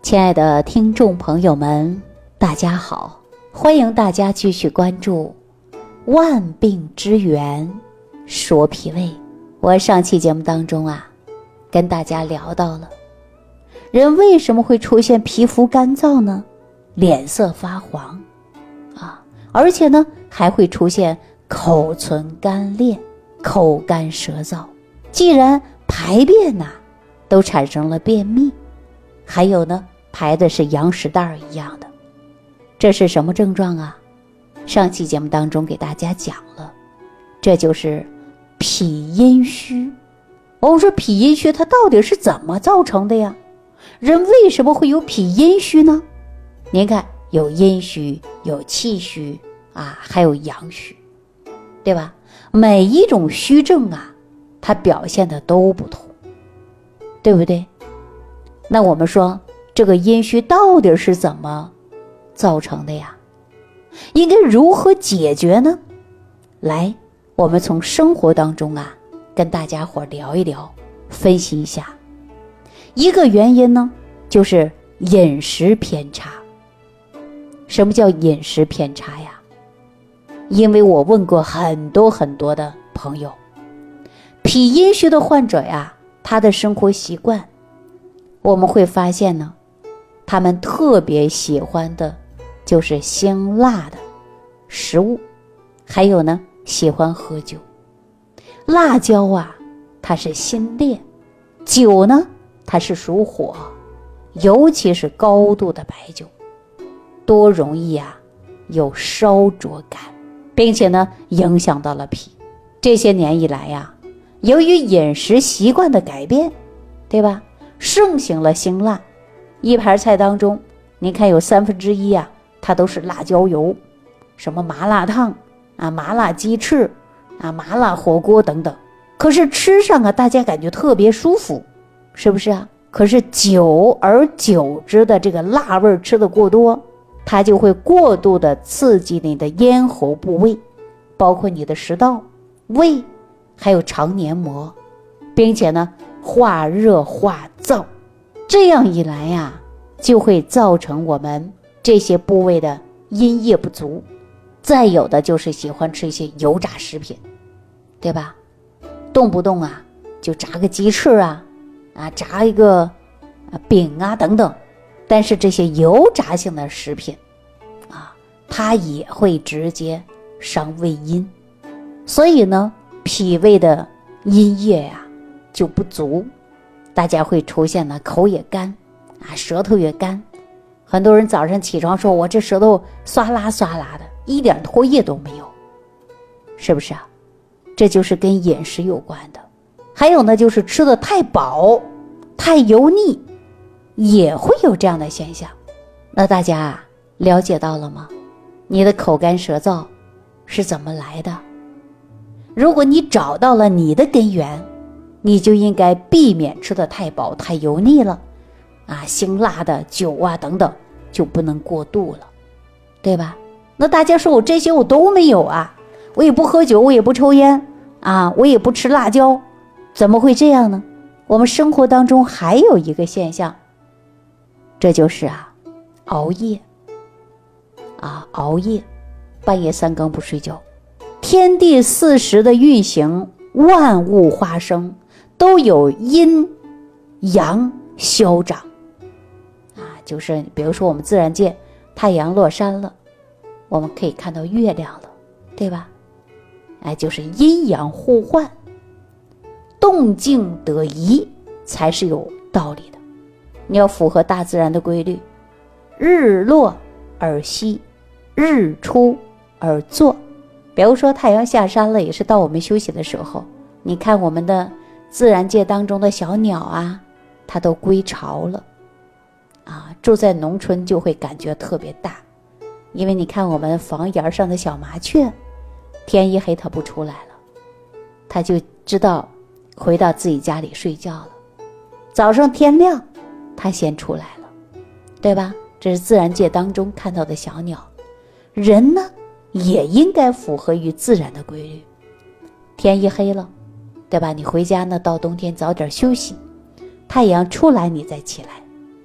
亲爱的听众朋友们，大家好，欢迎大家继续关注万病之源说脾胃。我上期节目当中跟大家聊到了人为什么会出现皮肤干燥呢？脸色发黄而且呢还会出现口唇干裂、口干舌燥。既然排便都产生了便秘，还有呢排的是羊屎蛋一样的，这是什么症状上期节目当中给大家讲了，这就是脾阴虚。我们说脾阴虚它到底是怎么造成的呀？人为什么会有脾阴虚呢？您看，有阴虚，有气虚还有阳虚，对吧？每一种虚症它表现的都不同，对不对？那我们说这个阴虚到底是怎么造成的呀？应该如何解决呢？来，我们从生活当中跟大家伙聊一聊，分析一下。一个原因呢，就是饮食偏差。什么叫饮食偏差呀？因为我问过很多的朋友，脾阴虚的患者他的生活习惯，我们会发现呢，他们特别喜欢的就是辛辣的食物，还有呢喜欢喝酒。辣椒它是辛烈，酒呢它是属火，尤其是高度的白酒多容易有烧灼感，并且呢影响到了脾。这些年以来由于饮食习惯的改变，对吧，盛行了辛辣，一盘菜当中您看有1/3它都是辣椒油，什么麻辣烫麻辣鸡翅麻辣火锅等等。可是吃上大家感觉特别舒服，是不是可是久而久之的这个辣味吃得过多，它就会过度的刺激你的咽喉部位，包括你的食道、胃还有肠黏膜，并且呢化热化燥。这样一来就会造成我们这些部位的阴液不足。再有的就是喜欢吃一些油炸食品，对吧？动不动就炸个鸡翅炸一个饼等等。但是这些油炸性的食品它也会直接伤胃阴，所以呢脾胃的阴液就不足，大家会出现口也干舌头也干。很多人早上起床说，我这舌头刷拉刷拉的，一点唾液都没有，是不是这就是跟饮食有关的。还有呢就是吃的太饱太油腻，也会有这样的现象。那大家了解到了吗？你的口干舌燥是怎么来的？如果你找到了你的根源，你就应该避免吃的太饱太油腻了辛辣的酒等等就不能过度了，对吧？那大家说我这些我都没有我也不喝酒，我也不抽烟我也不吃辣椒，怎么会这样呢？我们生活当中还有一个现象，这就是熬夜熬夜，半夜3更不睡觉。天地40的运行，万物化生，都有阴阳消长就是比如说我们自然界太阳落山了，我们可以看到月亮了，对吧？就是阴阳互换，动静得宜才是有道理的。你要符合大自然的规律，日落而息，日出而作。比如说太阳下山了，也是到我们休息的时候，你看我们的自然界当中的小鸟它都归巢了住在农村就会感觉特别大。因为你看我们房檐上的小麻雀，天一黑它不出来了，它就知道回到自己家里睡觉了。早上天亮它先出来了，对吧？这是自然界当中看到的小鸟。人呢也应该符合于自然的规律，天一黑了，对吧？你回家呢，到冬天早点休息，太阳出来你再起来，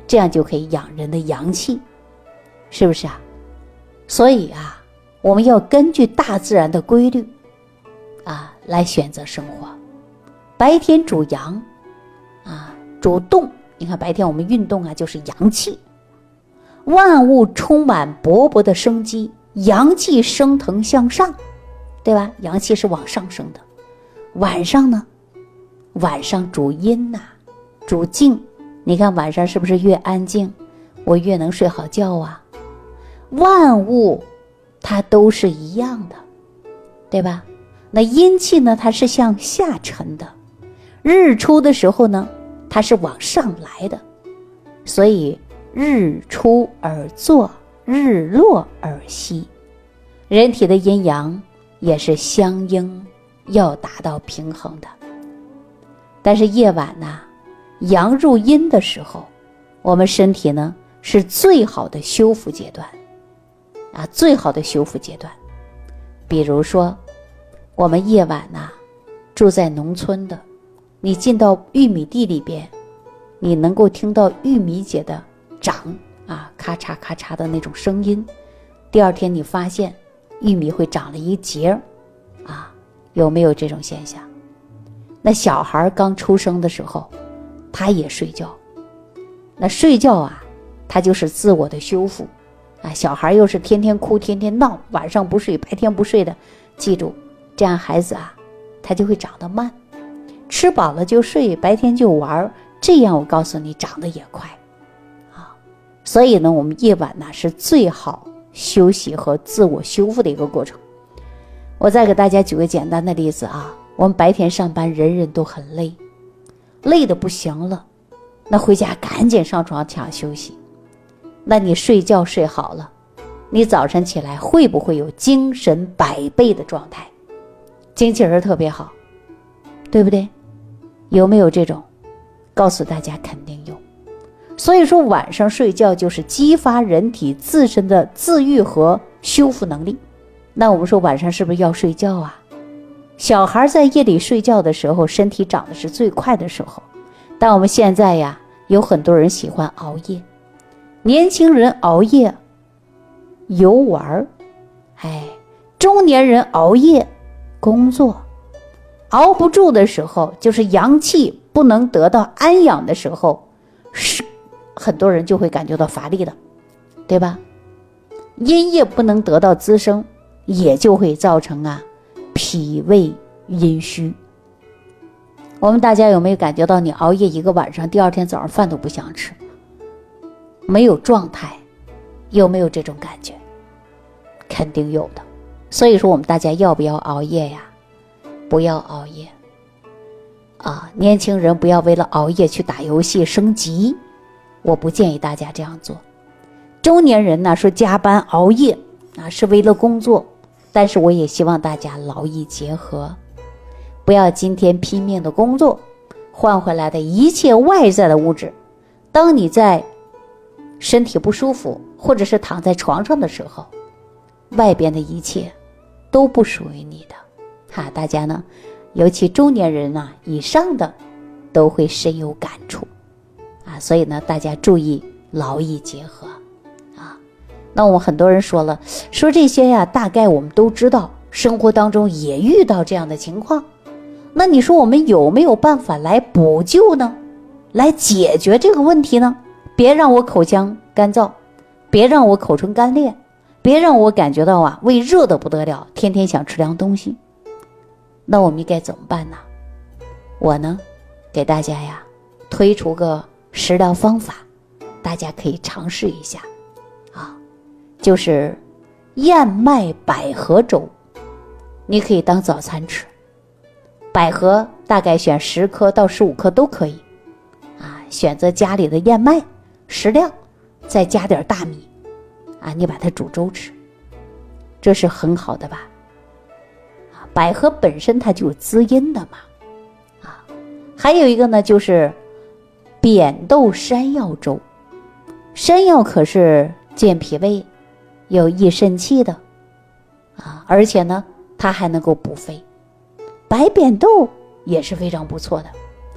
这样就可以养人的阳气，是不是啊？所以啊，我们要根据大自然的规律啊来选择生活。白天主阳啊，主动，你看白天我们运动啊，就是阳气，万物充满勃勃的生机，阳气升腾向上，对吧？阳气是往上升的。晚上呢，晚上主阴呐，主静，你看晚上是不是越安静，我越能睡好觉啊？万物它都是一样的，对吧？那阴气呢，它是向下沉的，日出的时候呢，它是往上来的，所以日出而作，日落而息。人体的阴阳也是相应，要达到平衡的。但是夜晚呢，阳入阴的时候，我们身体呢是最好的修复阶段啊，最好的修复阶段。比如说我们夜晚呢，住在农村的，你进到玉米地里边，你能够听到玉米节的长啊，咔嚓咔嚓的那种声音。第二天你发现玉米会长了一节啊，有没有这种现象？那小孩刚出生的时候，他也睡觉。那睡觉啊，他就是自我的修复啊。小孩又是天天哭天天闹，晚上不睡白天不睡的，记住，这样孩子啊，他就会长得慢。吃饱了就睡，白天就玩，这样我告诉你长得也快啊。所以呢，我们夜晚呢是最好休息和自我修复的一个过程。我再给大家举个简单的例子啊，我们白天上班人人都很累，累得不行了，那回家赶紧上床想休息。那你睡觉睡好了，你早晨起来会不会有精神百倍的状态，精气神特别好，对不对？有没有这种？告诉大家肯定有。所以说晚上睡觉就是激发人体自身的自愈和修复能力。那我们说晚上是不是要睡觉啊？小孩在夜里睡觉的时候，身体长得是最快的时候。但我们现在呀，有很多人喜欢熬夜，年轻人熬夜游玩，中年人熬夜工作，熬不住的时候，就是阳气不能得到安养的时候，是很多人就会感觉到乏力的，对吧？阴液不能得到滋生，也就会造成脾胃阴虚。我们大家有没有感觉到，你熬夜一个晚上，第二天早上饭都不想吃，没有状态？有没有这种感觉？肯定有的。所以说我们大家要不要熬夜呀？不要熬夜啊！年轻人不要为了熬夜去打游戏升级，我不建议大家这样做。中年人呢，说加班熬夜是为了工作，但是我也希望大家劳逸结合，不要今天拼命的工作换回来的一切外在的物质，当你在身体不舒服或者是躺在床上的时候，外边的一切都不属于你的大家呢，尤其中年人以上的都会深有感触所以呢，大家注意劳逸结合那我们很多人说这些大概我们都知道，生活当中也遇到这样的情况。那你说我们有没有办法来补救呢？来解决这个问题呢？别让我口腔干燥，别让我口唇干裂，别让我感觉到胃热得不得了，天天想吃凉东西。那我们该怎么办呢？我呢，给大家推出个食疗方法，大家可以尝试一下就是燕麦百合粥，你可以当早餐吃。百合大概选10颗到15颗都可以选择家里的燕麦适量，再加点大米你把它煮粥吃，这是很好的吧百合本身它就有滋阴的嘛还有一个呢，就是扁豆山药粥。山药可是健脾胃有益肾气的而且呢它还能够补肺。白扁豆也是非常不错的，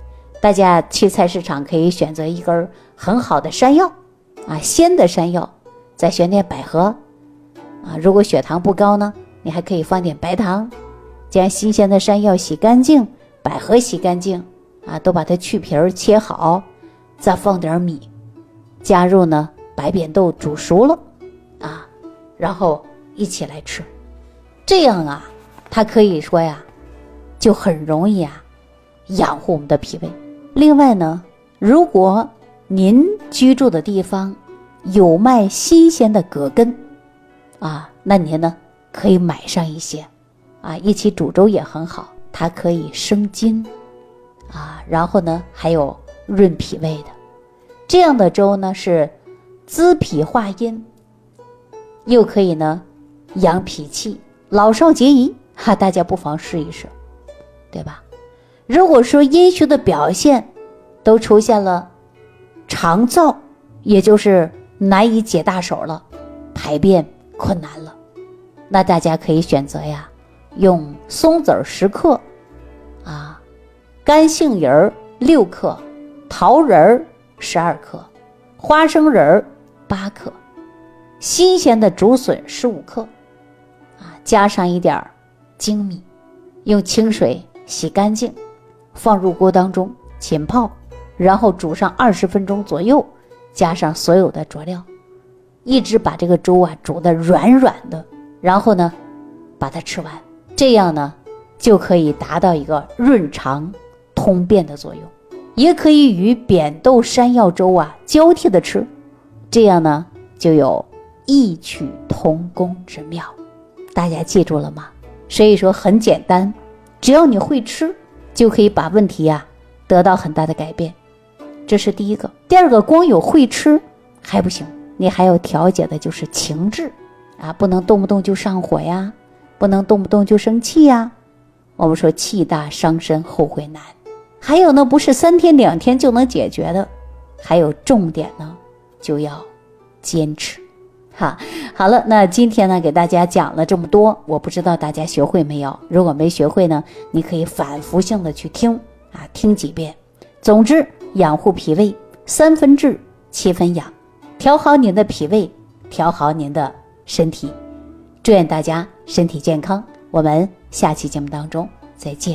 大家去菜市场可以选择一根很好的山药啊，鲜的山药，再选点百合啊。如果血糖不高呢，你还可以放点白糖，将新鲜的山药洗干净，百合洗干净啊，都把它去皮儿切好，再放点米，加入呢白扁豆煮熟了啊，然后一起来吃。这样啊，它可以说呀，就很容易啊养护我们的脾胃。另外呢，如果您居住的地方有卖新鲜的葛根啊，那您呢可以买上一些啊，一起煮粥也很好，它可以生津啊，然后呢还有润脾胃的。这样的粥呢是滋脾化阴，又可以呢养脾气，老少皆宜哈，大家不妨试一试，对吧？如果说阴虚的表现都出现了肠燥，也就是难以解大手了，排便困难了，那大家可以选择呀，用松子10克啊，干杏仁6克，桃仁12克，花生仁8克，新鲜的竹笋15克啊，加上一点粳米，用清水洗干净，放入锅当中浸泡，然后煮上20分钟左右，加上所有的佐料，一直把这个粥啊煮得软软的，然后呢把它吃完，这样呢就可以达到一个润肠通便的作用。也可以与扁豆山药粥啊交替的吃，这样呢就有异曲同工之妙。大家记住了吗？所以说很简单，只要你会吃，就可以把问题啊得到很大的改变。这是第一个。第二个，光有会吃还不行，你还要调节的就是情志啊，不能动不动就上火呀，不能动不动就生气呀。我们说气大伤身，后悔难。还有呢，不是3天2天就能解决的，还有重点呢就要坚持。好了，那今天呢给大家讲了这么多，我不知道大家学会没有，如果没学会呢，你可以反复性的去听啊，听几遍。总之，养护脾胃3分治7分养，调好您的脾胃，调好您的身体，祝愿大家身体健康。我们下期节目当中再见。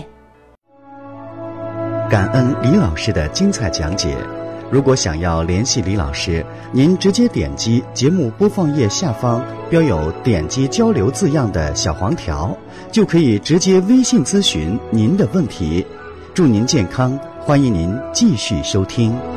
感恩李老师的精彩讲解。如果想要联系李老师，您直接点击节目播放页下方标有点击交流字样的小黄条，就可以直接微信咨询您的问题。祝您健康，欢迎您继续收听。